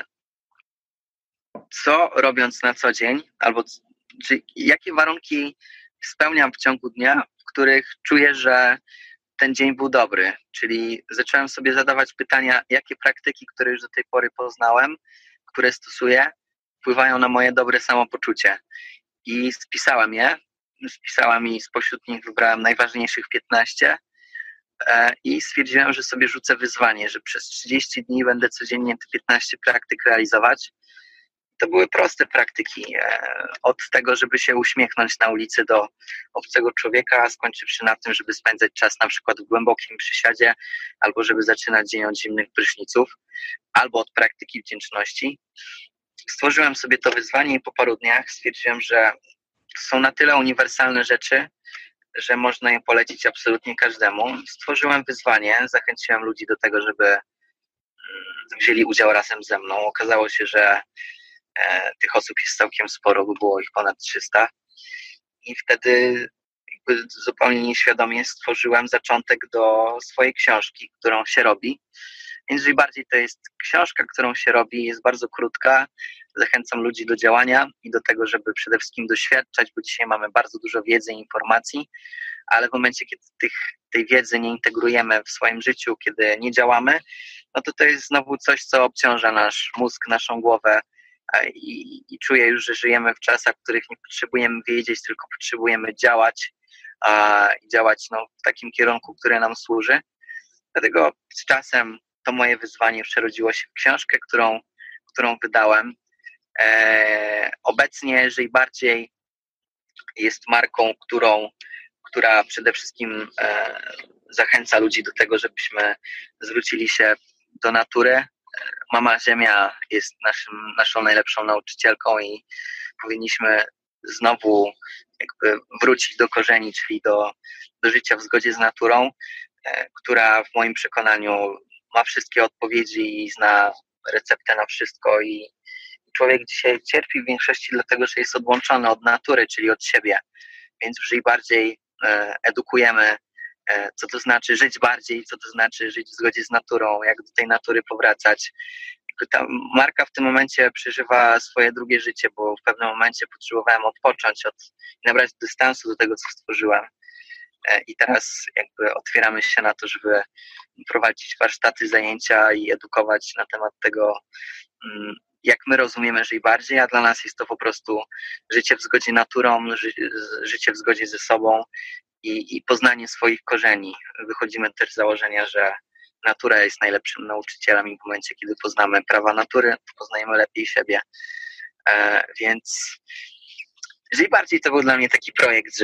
co robiąc na co dzień, albo jakie warunki spełniam w ciągu dnia, w których czuję, że ten dzień był dobry. Czyli zacząłem sobie zadawać pytania, jakie praktyki, które już do tej pory poznałem, które stosuję, wpływają na moje dobre samopoczucie. I spisałem je. Spisałem i spośród nich wybrałem najważniejszych 15 i stwierdziłem, że sobie rzucę wyzwanie, że przez 30 dni będę codziennie te 15 praktyk realizować. To były proste praktyki, od tego, żeby się uśmiechnąć na ulicy do obcego człowieka, skończywszy na tym, żeby spędzać czas na przykład w głębokim przysiadzie, albo żeby zaczynać dzień od zimnych pryszniców, albo od praktyki wdzięczności. Stworzyłem sobie to wyzwanie i po paru dniach stwierdziłem, że są na tyle uniwersalne rzeczy, że można je polecić absolutnie każdemu. Stworzyłem wyzwanie, zachęciłem ludzi do tego, żeby wzięli udział razem ze mną. Okazało się, że tych osób jest całkiem sporo, bo było ich ponad 300 i wtedy zupełnie nieświadomie stworzyłem zaczątek do swojej książki, którą się robi. Więc Żyj Bardziej to jest książka, którą się robi, jest bardzo krótka. Zachęcam ludzi do działania i do tego, żeby przede wszystkim doświadczać, bo dzisiaj mamy bardzo dużo wiedzy i informacji, ale w momencie, kiedy tej wiedzy nie integrujemy w swoim życiu, kiedy nie działamy, no to jest znowu coś, co obciąża nasz mózg, naszą głowę i czuję już, że żyjemy w czasach, w których nie potrzebujemy wiedzieć, tylko potrzebujemy działać i działać w takim kierunku, który nam służy. Dlatego z czasem to moje wyzwanie przerodziło się w książkę, którą wydałem. Obecnie Żyj Bardziej jest marką, która przede wszystkim zachęca ludzi do tego, żebyśmy zwrócili się do natury. Mama Ziemia jest naszą najlepszą nauczycielką i powinniśmy znowu jakby wrócić do korzeni, czyli do życia w zgodzie z naturą, która w moim przekonaniu ma wszystkie odpowiedzi i zna receptę na wszystko i człowiek dzisiaj cierpi w większości dlatego, że jest odłączony od natury, czyli od siebie. Więc w Żyj Bardziej edukujemy, co to znaczy żyć bardziej, co to znaczy żyć w zgodzie z naturą, jak do tej natury powracać. Ta marka w tym momencie przeżywa swoje drugie życie, bo w pewnym momencie potrzebowałem odpocząć i nabrać dystansu do tego, co stworzyłem. I teraz jakby otwieramy się na to, żeby prowadzić warsztaty, zajęcia i edukować na temat tego, jak my rozumiemy Żyj Bardziej, a dla nas jest to po prostu życie w zgodzie z naturą, życie w zgodzie ze sobą i poznanie swoich korzeni. Wychodzimy też z założenia, że natura jest najlepszym nauczycielem i w momencie, kiedy poznamy prawa natury, poznajemy lepiej siebie. Więc Żyj Bardziej to był dla mnie taki projekt,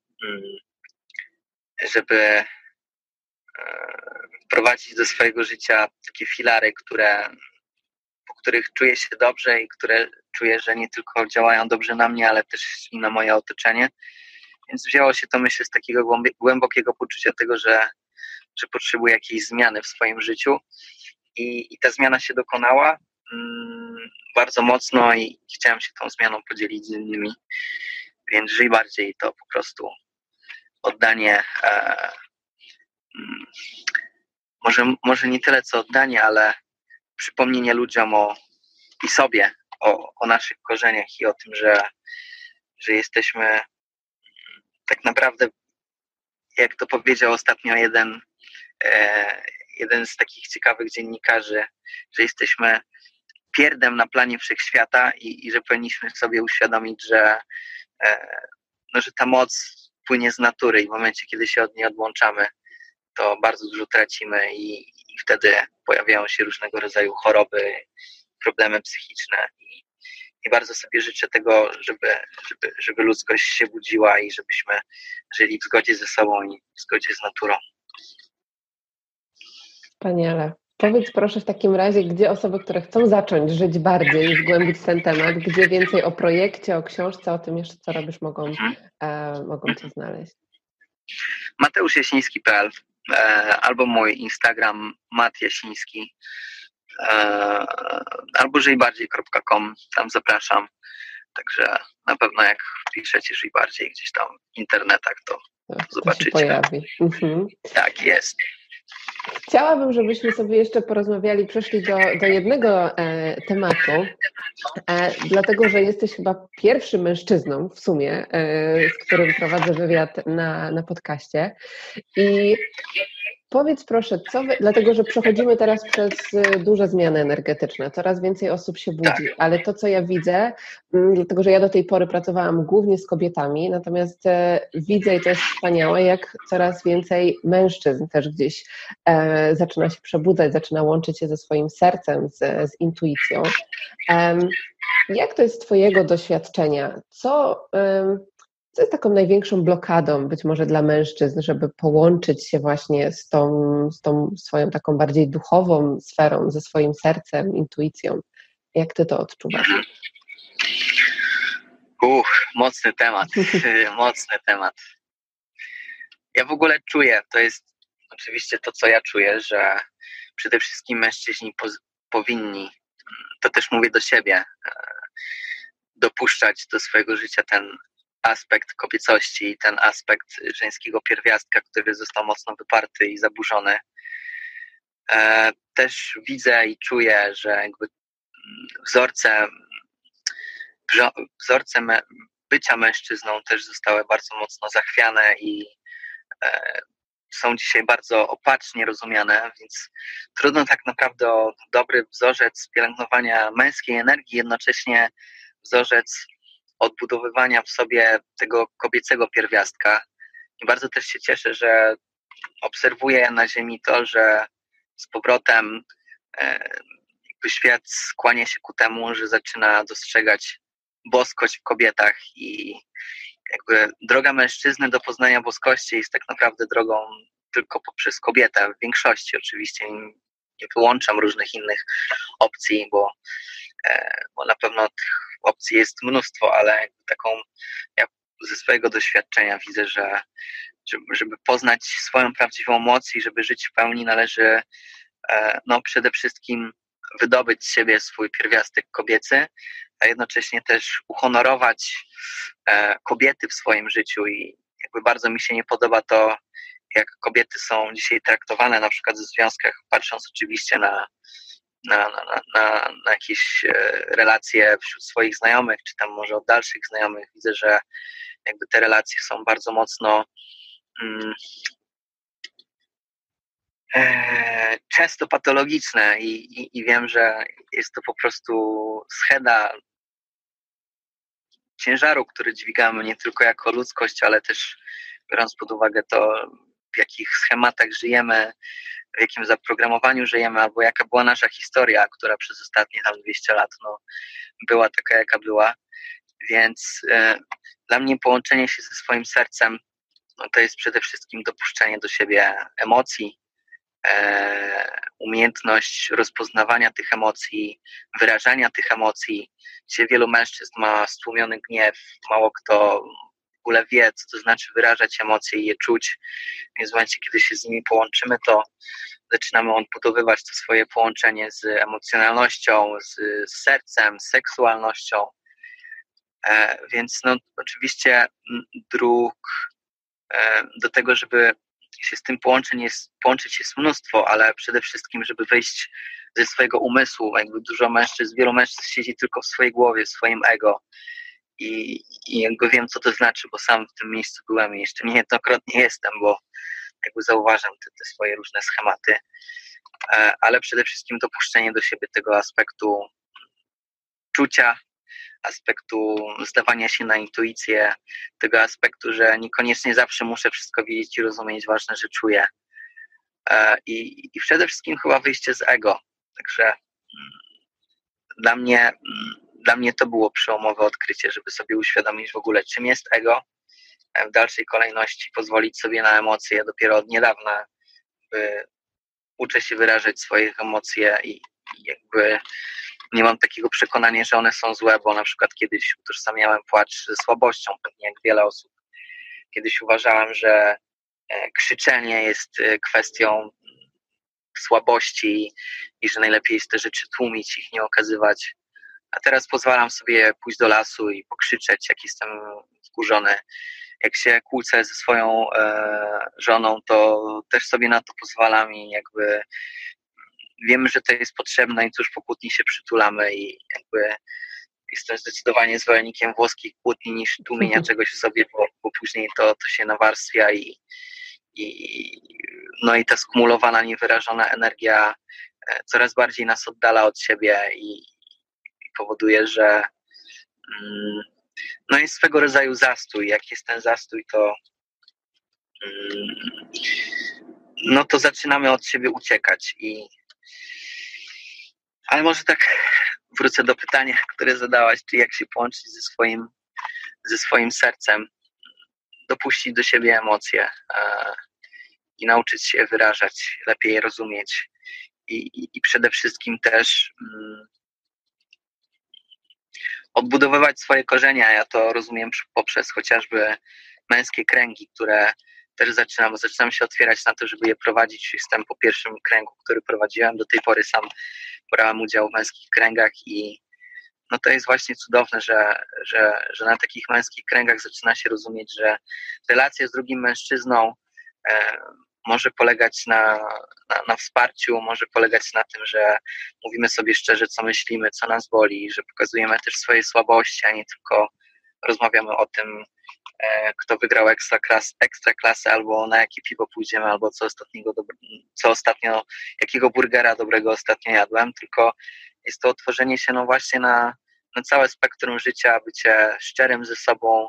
żeby wprowadzić do swojego życia takie filary, po których czuję się dobrze i które czuję, że nie tylko działają dobrze na mnie, ale też i na moje otoczenie. Więc wzięło się to, myślę, z takiego głębokiego poczucia tego, że potrzebuję jakiejś zmiany w swoim życiu i ta zmiana się dokonała bardzo mocno i chciałem się tą zmianą podzielić z innymi. Więc Żyj Bardziej to po prostu oddanie, może nie tyle co oddanie, ale przypomnienie ludziom i sobie o naszych korzeniach i o tym, że jesteśmy tak naprawdę, jak to powiedział ostatnio jeden z takich ciekawych dziennikarzy, że jesteśmy pierdem na planie wszechświata i że powinniśmy sobie uświadomić, że ta moc płynie z natury i w momencie, kiedy się od niej odłączamy, to bardzo dużo tracimy i wtedy pojawiają się różnego rodzaju choroby, problemy psychiczne i bardzo sobie życzę tego, żeby ludzkość się budziła i żebyśmy żyli w zgodzie ze sobą i w zgodzie z naturą. Wspaniale. Powiedz proszę w takim razie, gdzie osoby, które chcą zacząć żyć bardziej i zgłębić ten temat, gdzie więcej o projekcie, o książce, o tym jeszcze, co robisz, mogą Cię znaleźć? MateuszJasiński.pl albo mój Instagram matjasiński albo żyjbardziej.com, tam zapraszam. Także na pewno jak wpiszecie żyjbardziej gdzieś tam w internetach, to zobaczycie. To się pojawi. Tak jest. Chciałabym, żebyśmy sobie jeszcze porozmawiali, przeszli do jednego tematu, dlatego że jesteś chyba pierwszym mężczyzną w sumie, z którym prowadzę wywiad na podcaście. I powiedz proszę, dlatego że przechodzimy teraz przez duże zmiany energetyczne, coraz więcej osób się budzi, ale to, co ja widzę, dlatego że ja do tej pory pracowałam głównie z kobietami, natomiast widzę, i to jest wspaniałe, jak coraz więcej mężczyzn też gdzieś zaczyna się przebudzać, zaczyna łączyć się ze swoim sercem, z intuicją. Jak to jest z Twojego doświadczenia? Co jest taką największą blokadą być może dla mężczyzn, żeby połączyć się właśnie z tą swoją taką bardziej duchową sferą, ze swoim sercem, intuicją? Jak Ty to odczuwasz? Mocny temat, mocny temat. Ja w ogóle czuję, to jest oczywiście to, co ja czuję, że przede wszystkim mężczyźni powinni, to też mówię do siebie, dopuszczać do swojego życia ten aspekt kobiecości, ten aspekt żeńskiego pierwiastka, który został mocno wyparty i zaburzony. Też widzę i czuję, że jakby wzorce bycia mężczyzną też zostały bardzo mocno zachwiane i są dzisiaj bardzo opacznie rozumiane, więc trudno tak naprawdę o dobry wzorzec pielęgnowania męskiej energii, jednocześnie wzorzec odbudowywania w sobie tego kobiecego pierwiastka. I bardzo też się cieszę, że obserwuję na Ziemi to, że z powrotem jakby świat skłania się ku temu, że zaczyna dostrzegać boskość w kobietach i jakby droga mężczyzny do poznania boskości jest tak naprawdę drogą tylko poprzez kobietę, w większości oczywiście, nie wyłączam różnych innych opcji, bo na pewno tych opcji jest mnóstwo, ale ja ze swojego doświadczenia widzę, że żeby poznać swoją prawdziwą moc i żeby żyć w pełni, należy przede wszystkim wydobyć z siebie swój pierwiastek kobiecy, a jednocześnie też uhonorować kobiety w swoim życiu i jakby bardzo mi się nie podoba to, jak kobiety są dzisiaj traktowane na przykład w związkach, patrząc oczywiście na jakieś relacje wśród swoich znajomych, czy tam może od dalszych znajomych. Widzę, że jakby te relacje są bardzo mocno często patologiczne i wiem, że jest to po prostu scheda ciężaru, który dźwigamy nie tylko jako ludzkość, ale też biorąc pod uwagę to, w jakich schematach żyjemy, w jakim zaprogramowaniu żyjemy, albo jaka była nasza historia, która przez ostatnie tam 200 lat była taka, jaka była. Więc dla mnie połączenie się ze swoim sercem to jest przede wszystkim dopuszczenie do siebie emocji, umiejętność rozpoznawania tych emocji, wyrażania tych emocji. Dzisiaj wielu mężczyzn ma stłumiony gniew, mało kto w ogóle wie, co to znaczy wyrażać emocje i je czuć, więc w momencie, kiedy się z nimi połączymy, to zaczynamy odbudowywać to swoje połączenie z emocjonalnością, z sercem, z seksualnością, więc oczywiście dróg do tego, żeby się z tym połączyć jest mnóstwo, ale przede wszystkim, żeby wyjść ze swojego umysłu. Jakby wielu mężczyzn siedzi tylko w swojej głowie, w swoim ego i jakby wiem, co to znaczy, bo sam w tym miejscu byłem i jeszcze niejednokrotnie jestem, bo jakby zauważam te swoje różne schematy, ale przede wszystkim dopuszczenie do siebie tego aspektu czucia, aspektu zdawania się na intuicję, tego aspektu, że niekoniecznie zawsze muszę wszystko wiedzieć i rozumieć, ważne, że czuję. I przede wszystkim chyba wyjście z ego. Także dla mnie to było przełomowe odkrycie, żeby sobie uświadomić w ogóle, czym jest ego, w dalszej kolejności pozwolić sobie na emocje. Dopiero od niedawna uczę się wyrażać swoje emocje i jakby nie mam takiego przekonania, że one są złe, bo na przykład kiedyś utożsamiałem płacz ze słabością, pewnie jak wiele osób. Kiedyś uważałem, że krzyczenie jest kwestią słabości i że najlepiej jest te rzeczy tłumić, ich nie okazywać. A teraz pozwalam sobie pójść do lasu i pokrzyczeć, jak jestem wkurzony. Jak się kłócę ze swoją żoną, to też sobie na to pozwalam i jakby wiemy, że to jest potrzebne i tuż po kłótni się przytulamy i jakby jestem zdecydowanie zwolennikiem włoskich kłótni niż tłumienia czegoś w sobie, bo później to się nawarstwia i ta skumulowana, niewyrażona energia coraz bardziej nas oddala od siebie i powoduje, że jest swego rodzaju zastój. Jak jest ten zastój, to zaczynamy od siebie uciekać. Ale może tak wrócę do pytania, które zadałaś, czy jak się połączyć ze swoim sercem, dopuścić do siebie emocje i nauczyć się wyrażać, lepiej je rozumieć i przede wszystkim też odbudowywać swoje korzenia. Ja to rozumiem poprzez chociażby męskie kręgi, które też zaczynam się otwierać na to, żeby je prowadzić. Jestem po pierwszym kręgu, który prowadziłem. Do tej pory sam brałem udział w męskich kręgach i to jest właśnie cudowne, że na takich męskich kręgach zaczyna się rozumieć, że relacja z drugim mężczyzną może polegać na wsparciu, może polegać na tym, że mówimy sobie szczerze, co myślimy, co nas boli, że pokazujemy też swoje słabości, a nie tylko rozmawiamy o tym, kto wygrał ekstraklasę, albo na jakie piwo pójdziemy, albo jakiego burgera dobrego ostatnio jadłem, tylko jest to otworzenie się właśnie na całe spektrum życia, bycie szczerym ze sobą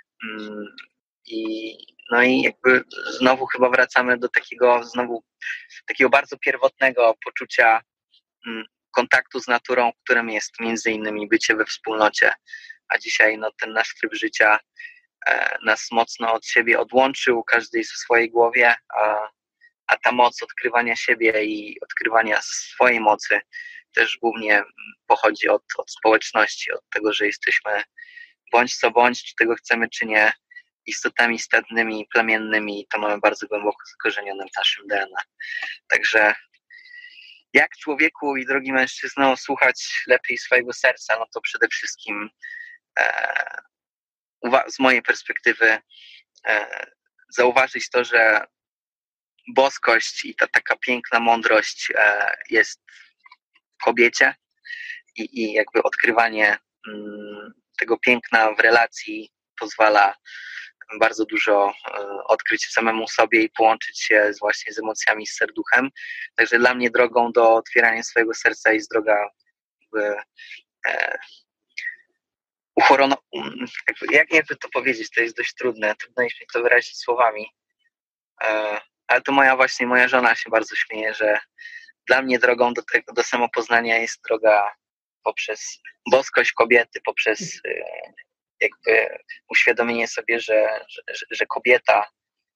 i jakby znowu chyba wracamy do takiego bardzo pierwotnego poczucia kontaktu z naturą, którym jest między innymi bycie we wspólnocie, a dzisiaj ten nasz tryb życia nas mocno od siebie odłączył, każdy jest w swojej głowie, a ta moc odkrywania siebie i odkrywania swojej mocy też głównie pochodzi od społeczności, od tego, że jesteśmy bądź co bądź, czy tego chcemy, czy nie, istotami stadnymi, plemiennymi, to mamy bardzo głęboko zakorzenione w naszym DNA. Także jak człowieku i drogi mężczyzno słuchać lepiej swojego serca, to przede wszystkim z mojej perspektywy zauważyć to, że boskość i ta taka piękna mądrość jest w kobiecie i jakby odkrywanie tego piękna w relacji pozwala bardzo dużo odkryć samemu sobie i połączyć się właśnie z emocjami, z serduchem. Także dla mnie drogą do otwierania swojego serca jest droga jakby to powiedzieć, to jest dość trudno jest mi to wyrazić słowami, ale to moja żona się bardzo śmieje, że dla mnie drogą do samopoznania jest droga poprzez boskość kobiety, poprzez jakby uświadomienie sobie, że kobieta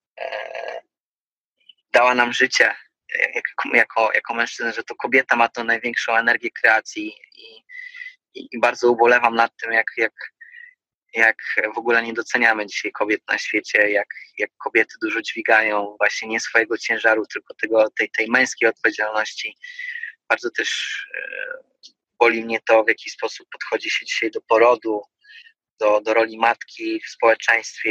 dała nam życie jako mężczyzna, że to kobieta ma tą największą energię kreacji i bardzo ubolewam nad tym, jak w ogóle nie doceniamy dzisiaj kobiet na świecie, jak kobiety dużo dźwigają właśnie nie swojego ciężaru, tylko tej męskiej odpowiedzialności. Bardzo też boli mnie to, w jaki sposób podchodzi się dzisiaj do porodu, do roli matki w społeczeństwie i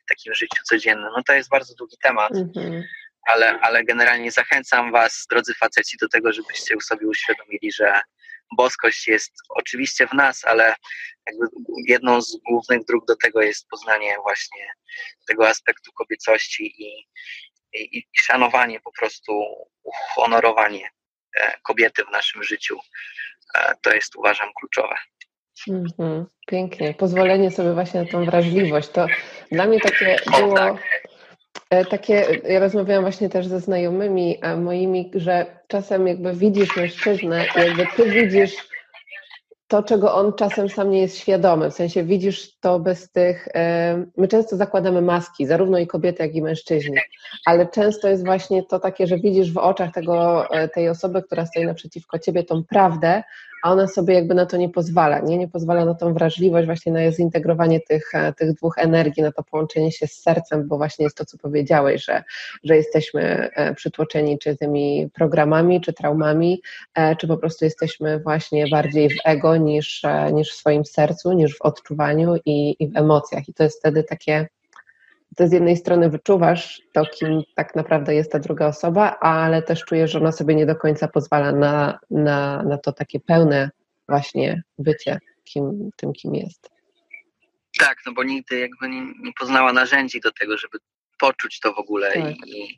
takim życiu codziennym. No to jest bardzo długi temat, Mhm. ale generalnie zachęcam was, drodzy faceci, do tego, żebyście sobie uświadomili, że boskość jest oczywiście w nas, ale jakby jedną z głównych dróg do tego jest poznanie właśnie tego aspektu kobiecości i szanowanie, po prostu uhonorowanie kobiety w naszym życiu. To jest, uważam, kluczowe. Mhm. Pięknie. Pozwolenie sobie właśnie na tą wrażliwość. To dla mnie takie było... Tak. Ja rozmawiałam właśnie też ze znajomymi moimi, że czasem jakby widzisz mężczyznę i jakby ty widzisz to, czego on czasem sam nie jest świadomy, w sensie widzisz to bez tych, my często zakładamy maski, zarówno i kobiety, jak i mężczyźni, ale często jest właśnie to takie, że widzisz w oczach tej osoby, która stoi naprzeciwko ciebie, tą prawdę, a ona sobie jakby na to nie pozwala, nie pozwala na tą wrażliwość, właśnie na zintegrowanie tych dwóch energii, na to połączenie się z sercem, bo właśnie jest to, co powiedziałeś, że jesteśmy przytłoczeni czy tymi programami, czy traumami, czy po prostu jesteśmy właśnie bardziej w ego niż w swoim sercu, niż w odczuwaniu i w emocjach. I to jest wtedy takie, to z jednej strony wyczuwasz to, kim tak naprawdę jest ta druga osoba, ale też czujesz, że ona sobie nie do końca pozwala na to takie pełne właśnie bycie kim jest. Tak, no bo nigdy jakby nie poznała narzędzi do tego, żeby poczuć to w ogóle Tak.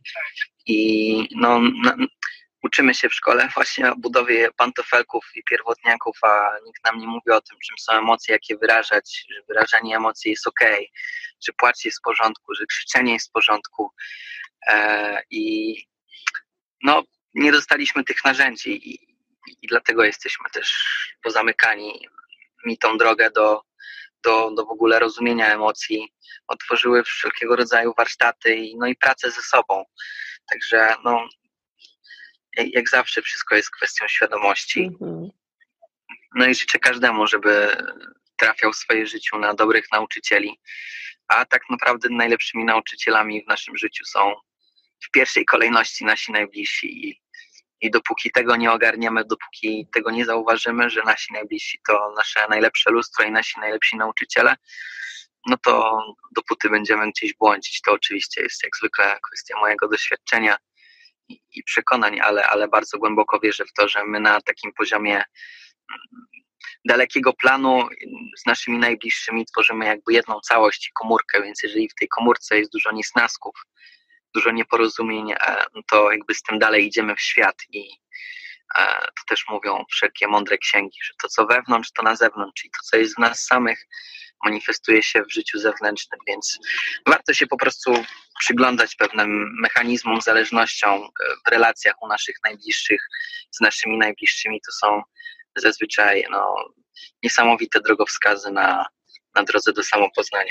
uczymy się w szkole właśnie o budowie pantofelków i pierwotniaków, a nikt nam nie mówi o tym, czym są emocje, jak je wyrażać, że wyrażanie emocji jest okej, że płacz jest w porządku, że krzyczenie jest w porządku i no nie dostaliśmy tych narzędzi i dlatego jesteśmy też pozamykani. Mi tą drogę do w ogóle rozumienia emocji otworzyły wszelkiego rodzaju warsztaty i pracę ze sobą. Także jak zawsze wszystko jest kwestią świadomości. Mhm. No i życzę każdemu, żeby trafiał w swoim życiu na dobrych nauczycieli, a tak naprawdę najlepszymi nauczycielami w naszym życiu są w pierwszej kolejności nasi najbliżsi i dopóki tego nie ogarniemy, dopóki tego nie zauważymy, że nasi najbliżsi to nasze najlepsze lustro i nasi najlepsi nauczyciele, no to dopóty będziemy gdzieś błądzić. To oczywiście jest jak zwykle kwestia mojego doświadczenia i przekonań, ale bardzo głęboko wierzę w to, że my na takim poziomie dalekiego planu z naszymi najbliższymi tworzymy jakby jedną całość i komórkę, więc jeżeli w tej komórce jest dużo niesnasków, dużo nieporozumień, to jakby z tym dalej idziemy w świat i to też mówią wszelkie mądre księgi, że to co wewnątrz, to na zewnątrz i to co jest w nas samych manifestuje się w życiu zewnętrznym, więc warto się po prostu przyglądać pewnym mechanizmom, zależnościom w relacjach u naszych najbliższych z naszymi najbliższymi. To są zazwyczaj niesamowite drogowskazy na drodze do samopoznania.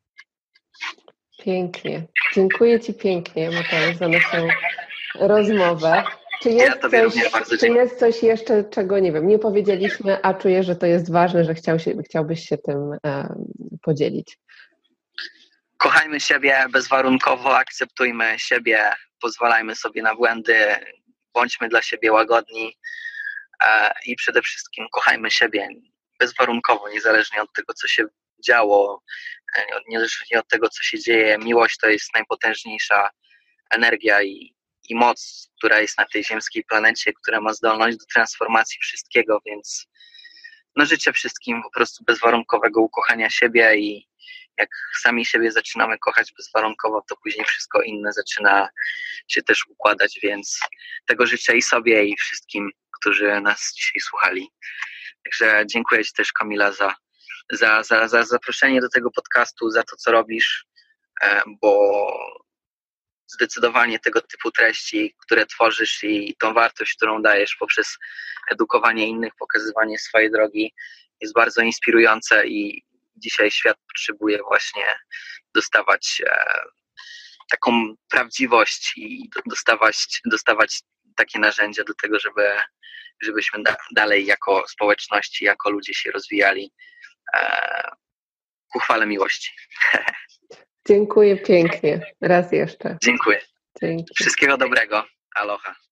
Pięknie. Dziękuję Ci pięknie, Mateusz, za naszą rozmowę. Czy jest coś jeszcze, czego nie wiem, nie powiedzieliśmy, a czuję, że to jest ważne, że chciałbyś się tym podzielić? Kochajmy siebie bezwarunkowo, akceptujmy siebie, pozwalajmy sobie na błędy, bądźmy dla siebie łagodni i przede wszystkim kochajmy siebie bezwarunkowo, niezależnie od tego, co się działo, niezależnie od tego, co się dzieje. Miłość to jest najpotężniejsza energia i moc, która jest na tej ziemskiej planecie, która ma zdolność do transformacji wszystkiego, więc życzę wszystkim po prostu bezwarunkowego ukochania siebie i jak sami siebie zaczynamy kochać bezwarunkowo, to później wszystko inne zaczyna się też układać, więc tego życzę i sobie, i wszystkim, którzy nas dzisiaj słuchali. Także dziękuję Ci też, Kamila, za zaproszenie do tego podcastu, za to, co robisz, bo zdecydowanie tego typu treści, które tworzysz i tą wartość, którą dajesz poprzez edukowanie innych, pokazywanie swojej drogi jest bardzo inspirujące i dzisiaj świat potrzebuje właśnie dostawać taką prawdziwość i dostawać takie narzędzia do tego, żebyśmy dalej jako społeczności, jako ludzie się rozwijali ku chwale miłości. Dziękuję pięknie. Raz jeszcze. Dziękuję. Dzięki. Wszystkiego dobrego. Aloha.